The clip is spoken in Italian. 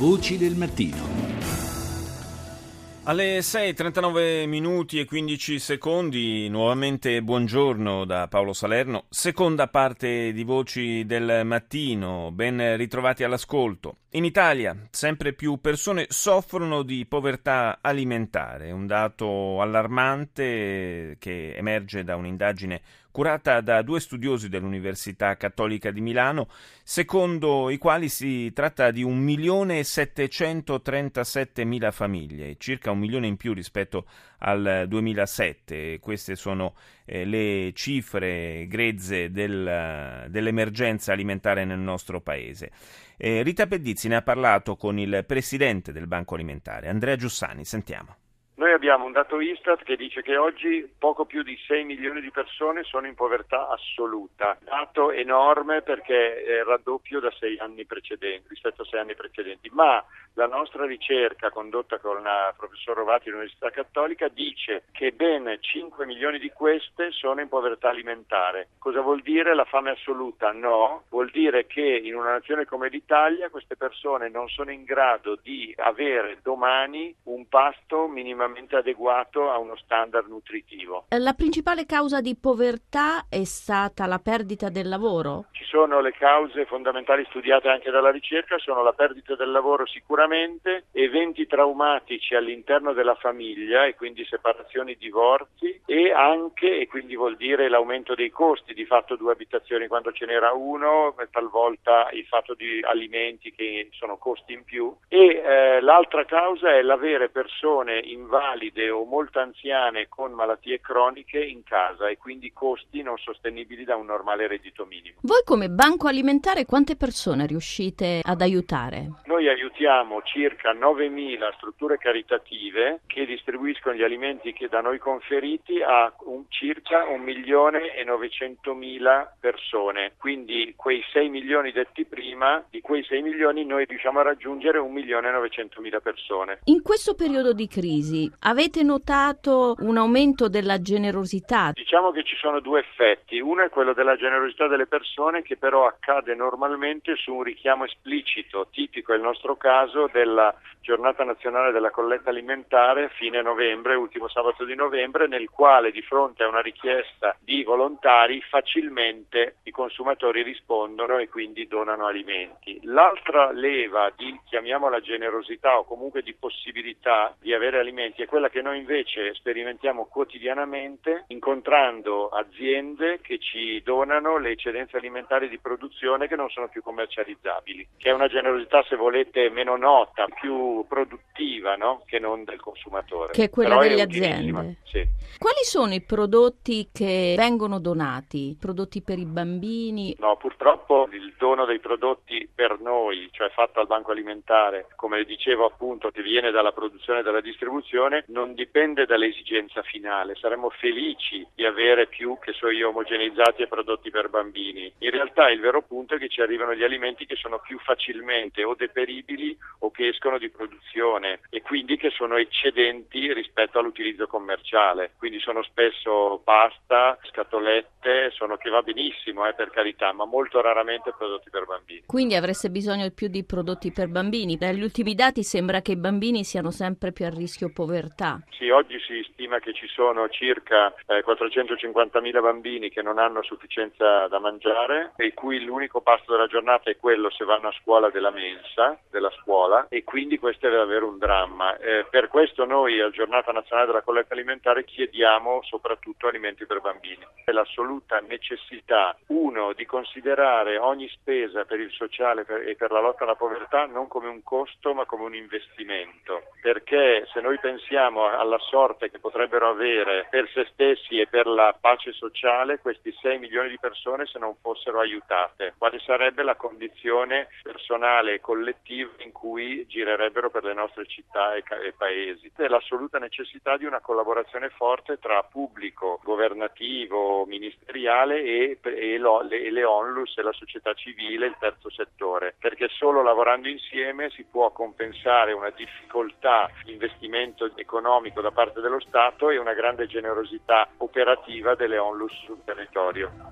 Voci del mattino. Alle 6:39 minuti e 15 secondi, nuovamente buongiorno da Paolo Salerno, seconda parte di Voci del Mattino, ben ritrovati all'ascolto. In Italia sempre più persone soffrono di povertà alimentare, un dato allarmante che emerge da un'indagine curata da due studiosi dell'Università Cattolica di Milano, secondo i quali si tratta di 1.737.000 famiglie, circa 1 milione in più rispetto al 2007. Queste sono le cifre grezze dell'emergenza alimentare nel nostro paese. Rita Pedizzi ne ha parlato con il presidente del Banco Alimentare, Andrea Giussani. Sentiamo. Noi abbiamo un dato Istat che dice che oggi poco più di 6 milioni di persone sono in povertà assoluta. Dato enorme perché è raddoppio da 6 anni precedenti, rispetto a 6 anni precedenti. Ma la nostra ricerca condotta con il professor Rovati dell'Università Cattolica dice che ben 5 milioni di queste sono in povertà alimentare. Cosa vuol dire la fame assoluta? No, vuol dire che in una nazione come l'Italia queste persone non sono in grado di avere domani un pasto minimamente adeguato a uno standard nutritivo. La principale causa di povertà è stata la perdita del lavoro? Ci sono le cause fondamentali studiate anche dalla ricerca, sono la perdita del lavoro sicuramente, eventi traumatici all'interno della famiglia e quindi separazioni, divorzi e anche, e quindi vuol dire l'aumento dei costi, di fatto 2 abitazioni quando ce n'era uno, talvolta il fatto di alimenti che sono costi in più e l'altra causa è l'avere persone invalide o molto anziane con malattie croniche in casa e quindi costi non sostenibili da un normale reddito minimo. Voi come Banco Alimentare quante persone riuscite ad aiutare? Noi aiutiamo circa 9.000 strutture caritative che distribuiscono gli alimenti che da noi conferiti a circa 1.900.000 persone. Quindi quei 6 milioni detti prima, di quei 6 milioni noi riusciamo a raggiungere 1.900.000 persone. In questo periodo di crisi avete notato un aumento della generosità? Diciamo che ci sono 2 effetti. Uno è quello della generosità delle persone che però accade normalmente su un richiamo esplicito, tipico è il nostro caso della Giornata Nazionale della Colletta Alimentare fine novembre, ultimo sabato di novembre, nel quale di fronte a una richiesta di volontari facilmente i consumatori rispondono e quindi donano alimenti. L'altra leva di, chiamiamola generosità o comunque di possibilità di avere alimenti è quella che noi invece sperimentiamo quotidianamente incontrando aziende che ci donano le eccedenze alimentari di produzione che non sono più commercializzabili, che è una generosità se volete meno nota, più produttiva, no? Che non del consumatore. Che è quella però delle è aziende. Sì. Quali sono i prodotti che vengono donati? Prodotti per i bambini? No, purtroppo il dono dei prodotti per noi, cioè fatto al Banco Alimentare, come dicevo appunto, che viene dalla produzione e dalla distribuzione, non dipende dall'esigenza finale. Saremmo felici di avere più, che so io, omogeneizzati e prodotti per bambini. In realtà il vero punto è che ci arrivano gli alimenti che sono più facilmente o deperibili o che escono di produzione e quindi che sono eccedenti rispetto all'utilizzo commerciale. Quindi sono spesso pasta, scatolette, che va benissimo per carità, ma molto raramente prodotti per bambini. Quindi avreste bisogno più di prodotti per bambini. Dagli ultimi dati sembra che i bambini siano sempre più a rischio povertà. Sì, oggi si stima che ci sono circa 450.000 bambini che non hanno sufficienza da mangiare e cui l'unico pasto della giornata è quello se vanno a scuola della mensa, della scuola, e quindi questo è davvero un dramma. Per questo noi al Giornata Nazionale della Colletta Alimentare chiediamo soprattutto alimenti per bambini. È l'assoluta necessità, uno, di considerare ogni spesa per il sociale e per la lotta alla povertà non come un costo ma come un investimento, perché se noi pensiamo alla sorte che potrebbero avere per se stessi e per la pace sociale questi 6 milioni di persone se non fossero aiutate, quale sarebbe la condizione personale e collettiva in cui girerebbero per le nostre città e paesi. È l'assoluta necessità di una collaborazione forte tra pubblico, governativo, ministeriale e le onlus e la società civile, il terzo settore, perché solo lavorando insieme si può compensare una difficoltà di investimento economico da parte dello Stato e una grande generosità operativa delle onlus sul territorio.